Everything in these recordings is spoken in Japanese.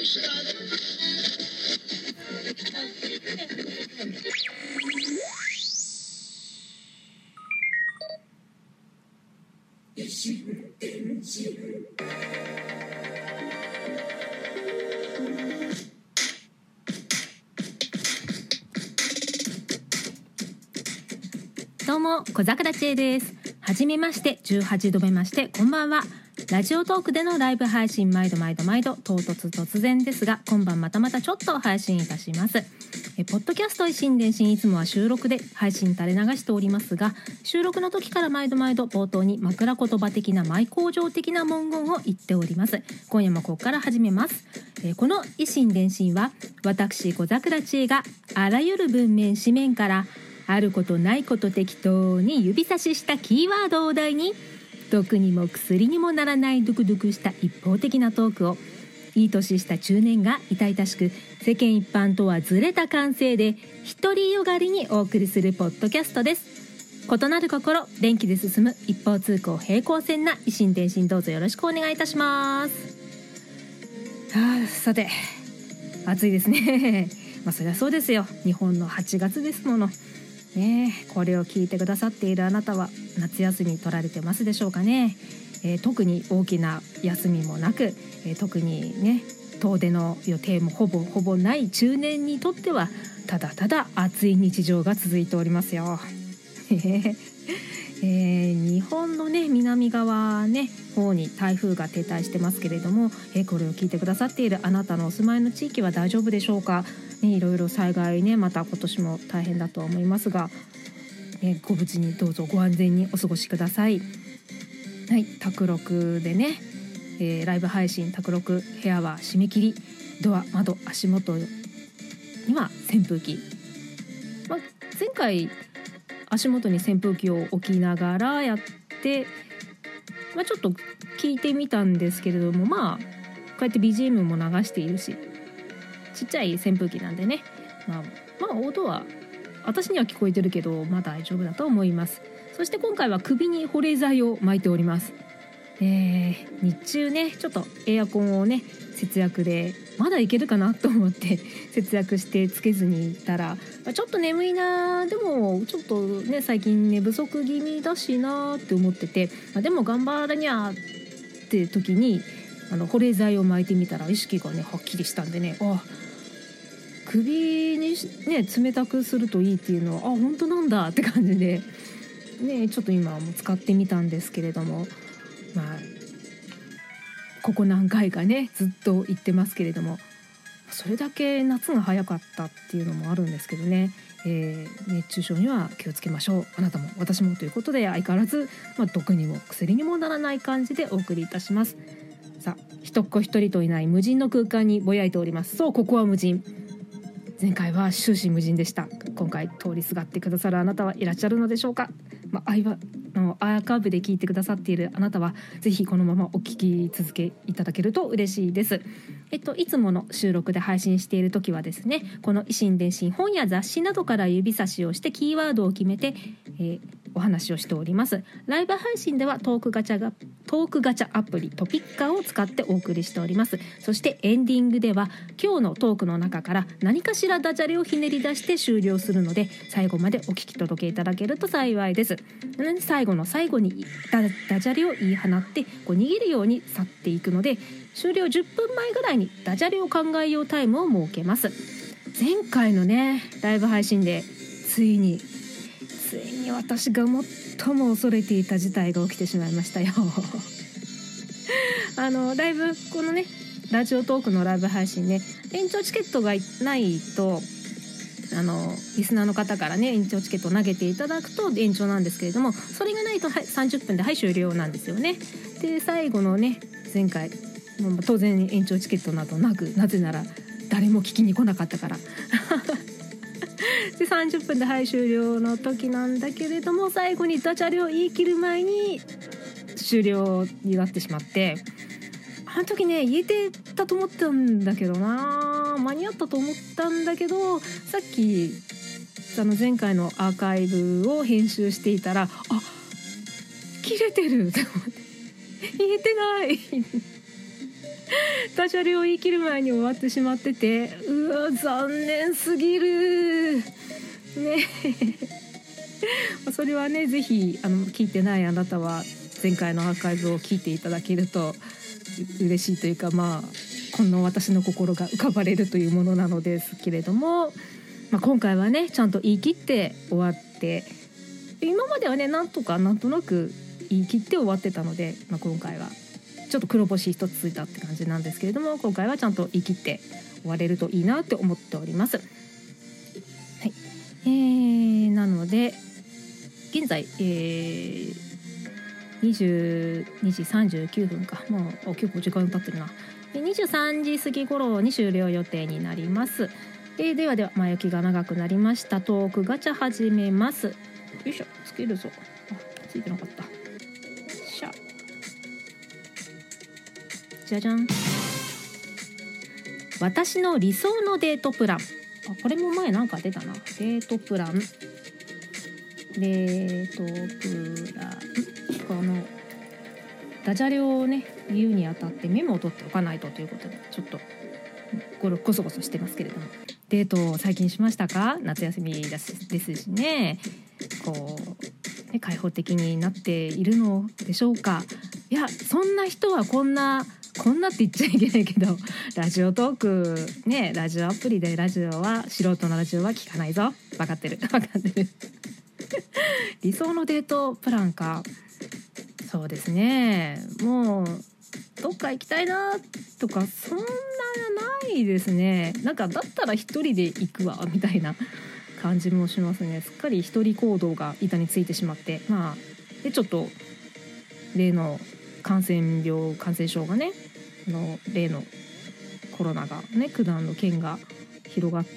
どうも小桜知恵です。はじめまして18度目ましてこんばんは。ラジオトークでのライブ配信毎度唐突突然ですが今晩またちょっと配信いたします。ポッドキャスト維新伝心いつもは収録で配信垂れ流しておりますが、収録の時から毎度冒頭に枕言葉的な舞向上的な文言を言っております。今夜もここから始めます。この維新伝心は私小桜知恵があらゆる文面紙面からあることないこと適当に指差ししたキーワードを題に毒にも薬にもならないドゥクドゥクした一方的なトークをいい年した中年が痛々しく世間一般とはずれた感性で独りよがりにお送りするポッドキャストです。異なる心電気で進む一方通行平行線な維新伝心どうぞよろしくお願いいたします。さて暑いですねそりゃそうですよ。日本の8月ですものこれを聞いてくださっているあなたは夏休み取られてますでしょうかね。特に大きな休みもなく、特にね遠出の予定もほぼない中年にとってはただただ暑い日常が続いておりますよ日本のね南側方に台風が停滞してますけれども、これを聞いてくださっているあなたのお住まいの地域は大丈夫でしょうか。いろいろ災害また今年も大変だとは思いますが、ご無事にどうぞご安全にお過ごしください。はい、宅録でライブ配信宅録部屋は締め切り、ドア窓足元には扇風機、前回足元に扇風機を置きながらやって、ちょっと聞いてみたんですけれども、こうやって BGM も流しているしちっちゃい扇風機なんでね、音は私には聞こえてるけど大丈夫だと思います。そして今回は首に保冷剤を巻いております。日中ちょっとエアコンを節約でまだいけるかなと思って節約してつけずにいたら、ちょっと眠いな、でもちょっと最近寝不足気味だしなって思ってて、でも頑張らにゃって時に保冷剤を巻いてみたら意識がはっきりしたんで首に冷たくするといいっていうのは本当なんだって感じでちょっと今はもう使ってみたんですけれども、ここ何回かずっと言ってますけれども、それだけ夏が早かったっていうのもあるんですけど熱中症には気をつけましょう。あなたも私もということで相変わらず、毒にも薬にもならない感じでお送りいたします。さあ、一っ子一人といない無人の空間にぼやいております。そう、ここは無人。前回は終始無人でした。今回通りすがってくださるあなたはいらっしゃるのでしょうか。アーカイブで聞いてくださっているあなたはぜひこのままお聞き続けいただけると嬉しいです。いつもの収録で配信している時はですね、この維新伝心本や雑誌などから指差しをしてキーワードを決めて、お話をしております。ライブ配信ではトークガチャアプリトピッカーを使ってお送りしております。そしてエンディングでは今日のトークの中から何かしらダジャレをひねり出して終了するので、最後までお聞き届けいただけると幸いです。最後の最後にダジャレを言い放って逃げるように去っていくので、終了10分前ぐらいにダジャレを考えようタイムを設けます。前回のライブ配信でついに私が最も恐れていた事態が起きてしまいましたよライブこのラジオトークのライブ配信延長チケットがないとリスナーの方から延長チケットを投げていただくと延長なんですけれども、それがないと30分で終了なんですよね。で最後の前回当然延長チケットなどなく、なぜなら誰も聞きに来なかったからで30分で終了の時なんだけれども、最後にダジャレを言い切る前に終了になってしまって、あの時言えてたと思ったんだけどな、間に合ったと思ったんだけど、さっき前回のアーカイブを編集していたら切れてるって思って言えてないダジャレを言い切る前に終わってしまってて、うわ残念すぎるね。それはねぜひ聞いてないあなたは前回のアーカイブを聞いていただけると嬉しいというか、この私の心が浮かばれるというものなのですけれども、今回はねちゃんと言い切って終わって、今まではねなんとなく言い切って終わってたので、今回はちょっと黒星一つついたって感じなんですけれども、今回はちゃんと言い切って終われるといいなって思っております。はい、なので現在、22時39分か、もう結構時間経ってるな。23時過ぎ頃に終了予定になります。では前置きが長くなりました。トークガチャ始めます。よいしょ、つけるぞ。ついてなかった。しゃじゃじゃん。私の理想のデートプラン。これも前なんか出たな。デートプラン。ダジャレをね言うにあたってメモを取っておかないとということで、ちょっとゴソゴソしてますけれども、デートを最近しましたか？夏休みですしね、開放的になっているのでしょうか。いや、そんな人はこんなって言っちゃいけないけど、ラジオトークね、ラジオアプリで素人のラジオは聞かないぞ。分かってる理想のデートプランか。そうですね、もうどっか行きたいなとかそんなないですね。だったら一人で行くわみたいな感じもしますね。すっかり一人行動が板についてしまって、でちょっと例の感染症がね、例のコロナがね、九段の件が広がって、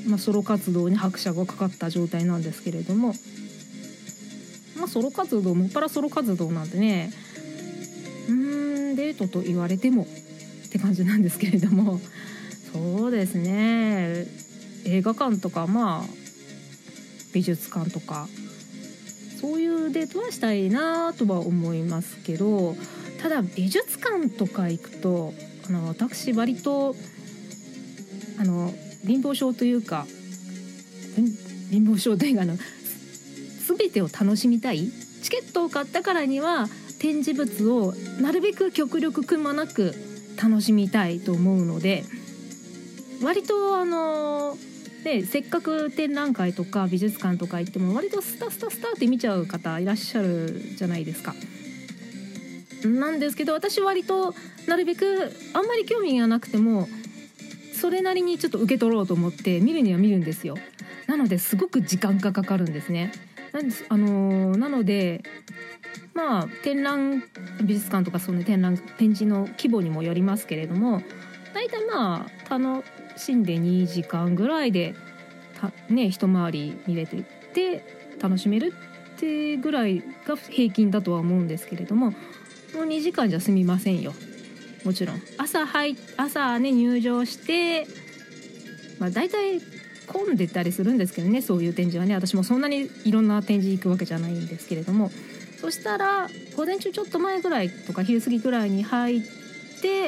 ソロ活動に拍車がかかった状態なんですけれども、ソロ活動もっぱらソロ活動なんてね、デートと言われてもって感じなんですけれども、そうですね、映画館とか美術館とかそういうデートはしたいなとは思いますけど、ただ美術館とか行くと私割と貧乏症というか全てを楽しみたい。チケットを買ったからには展示物をなるべく極力くまなく楽しみたいと思うので、割とせっかく展覧会とか美術館とか行っても割とスタって見ちゃう方いらっしゃるじゃないですか。なんですけど、私割となるべくあんまり興味がなくてもそれなりにちょっと受け取ろうと思って見るには見るんですよ。なのですごく時間がかかるんですね。なので美術館とか展示の規模にもよりますけれども、だいたい楽しんで2時間ぐらいで一回り見れてって楽しめるってぐらいが平均だとは思うんですけれども、もう2時間じゃ済みませんよ。もちろん朝ね入場してだいたい混んでたりするんですけどね、そういう展示はね。私もそんなにいろんな展示行くわけじゃないんですけれども、そしたら午前中ちょっと前ぐらいとか昼過ぎぐらいに入って、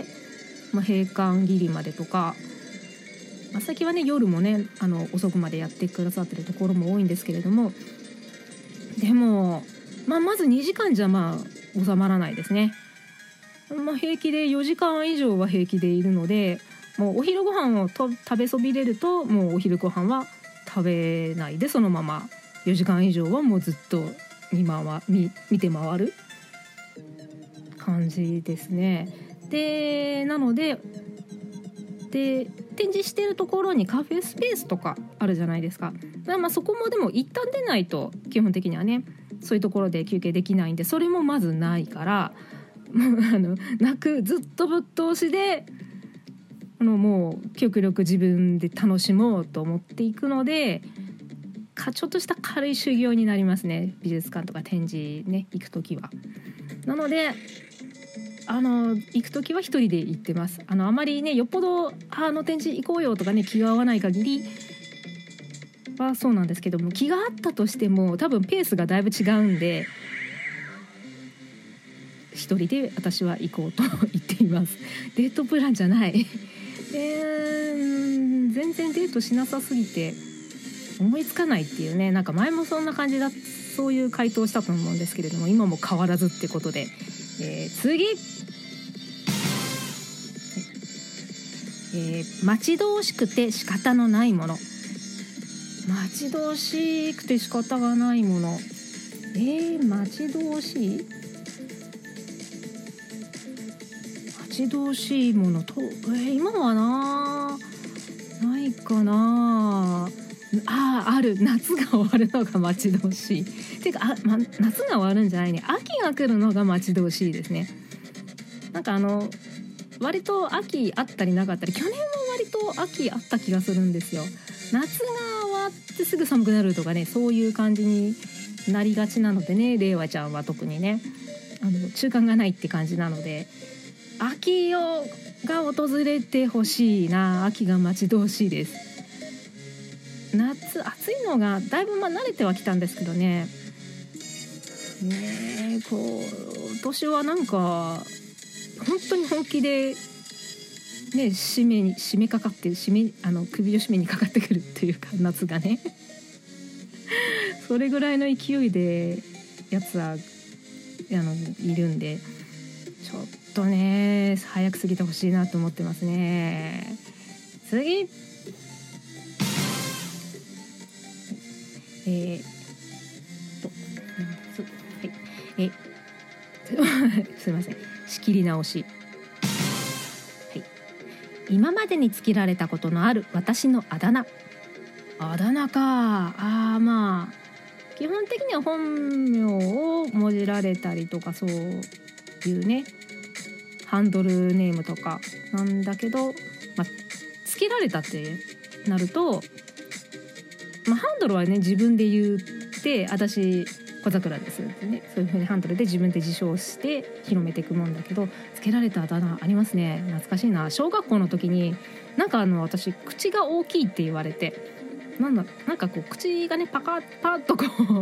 閉館ギリまでとか、最近はね夜もね遅くまでやってくださってるところも多いんですけれども、でもまず2時間じゃ収まらないですね。平気で4時間以上は平気でいるので、もうお昼ご飯を食べそびれるともうお昼ご飯は食べないでそのまま4時間以上はもうずっと見て回る感じですね。でなので展示してるところにカフェスペースとかあるじゃないですか。そこもでも一旦出ないと基本的にはねそういうところで休憩できないんで、それもまずないからずっとぶっ通しでもう極力自分で楽しもうと思っていくので、ちょっとした軽い修行になりますね、美術館とか展示ね行くときは。なので行くときは一人で行ってます。あまりねよっぽど展示行こうよとかね気が合わない限りはそうなんですけども、気が合ったとしても多分ペースがだいぶ違うんで一人で私は行こうと言っています。デートプランじゃない全然デートしなさすぎて思いつかないっていうね、なんか前もそんな感じだ、そういう回答したと思うんですけれども、今も変わらずってことで、次、待ち遠しくて仕方のないもの。待ち遠しくて仕方がないもの、待ち遠しいものと、今はないかなある。夏が終わるのが待ち遠しい。てか夏が終わるんじゃないね、秋が来るのが待ち遠しいですね。なんか割と秋あったりなかったり、去年も割と秋あった気がするんですよ。夏が終わってすぐ寒くなるとかね、そういう感じになりがちなのでね、令和ちゃんは特にね中間がないって感じなので、秋が訪れてほしいな。秋が待ち遠しいです。夏暑いのがだいぶ慣れてはきたんですけどね、今年はなんか本当に本気でね、締めかかって首を絞めにかかってくるっていうか、夏がねそれぐらいの勢いでやつはいるんで、ちょっとね早く過ぎてほしいなと思ってますね。次、すいません、仕切り直し。今までにつけられたことのある私のあだ名か。まあ基本的には本名をもじられたりとか、そういうねハンドルネームとかなんだけど、つけられたってなると、ハンドルはね自分で言って私小桜ですってね、そういう風にハンドルで自分で自称して広めていくもんだけど、つけられたあだ名ありますね。懐かしいな。小学校の時になんか私口が大きいって言われて、なんかこう口がねパッとこう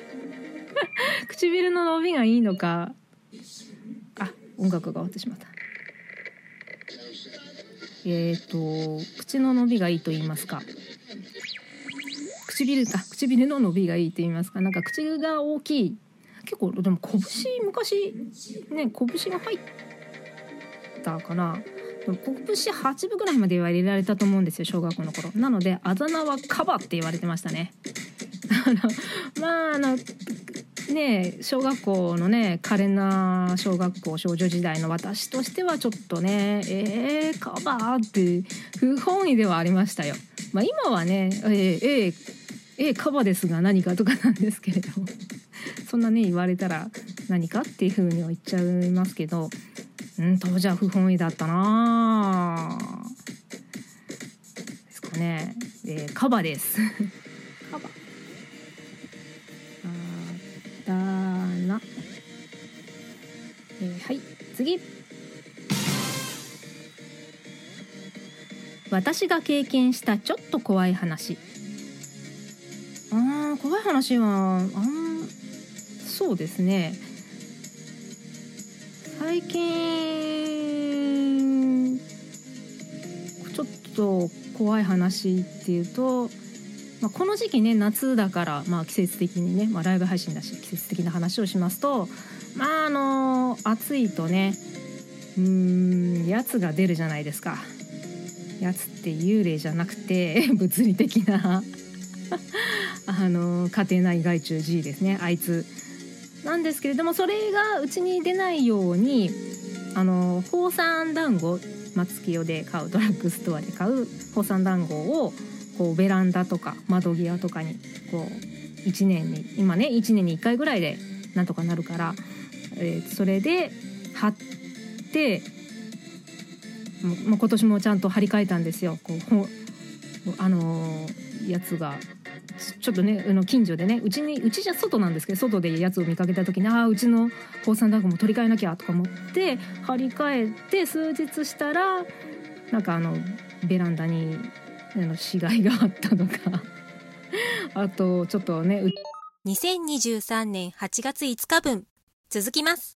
唇の伸びがいいのか、音楽が終わってしまった。口の伸びがいいと言いますか、唇の伸びがいいと言いますか、なんか口が大きい。結構でも拳昔ね拳が入ったかな、拳8分ぐらいまで言われられたと思うんですよ、小学校の頃。なのであだ名はカバって言われてましたね小学校のね可憐な小学校少女時代の私としてはちょっとねカバーって不本意ではありましたよ。今はねカバですが何かとかなんですけれどもそんなね言われたら何かっていう風には言っちゃいますけど、当時は不本意だったなですかね。カバですカバだな。はい次、私が経験したちょっと怖い話。怖い話はそうですね、最近ちょっと怖い話っていうと、この時期ね夏だから、季節的にね、ライブ配信だし季節的な話をしますと、暑いとねやつが出るじゃないですか。やつって幽霊じゃなくて物理的な家庭内害虫 G ですね、あいつなんですけれども、それがうちに出ないように宝山団子、松清で買う、ドラッグストアで買う宝山団子をこうベランダとか窓際とかにこう1年に1回ぐらいでなんとかなるから、それで貼って今年もちゃんと張り替えたんですよ。やつがちょっとね近所でね、うちじゃ外なんですけど、外でやつを見かけた時にうちの宝山団子も取り替えなきゃとか思って張り替えて、数日したらなんかベランダに死骸があったとかあとちょっとね、 2023年8月5日分続きます。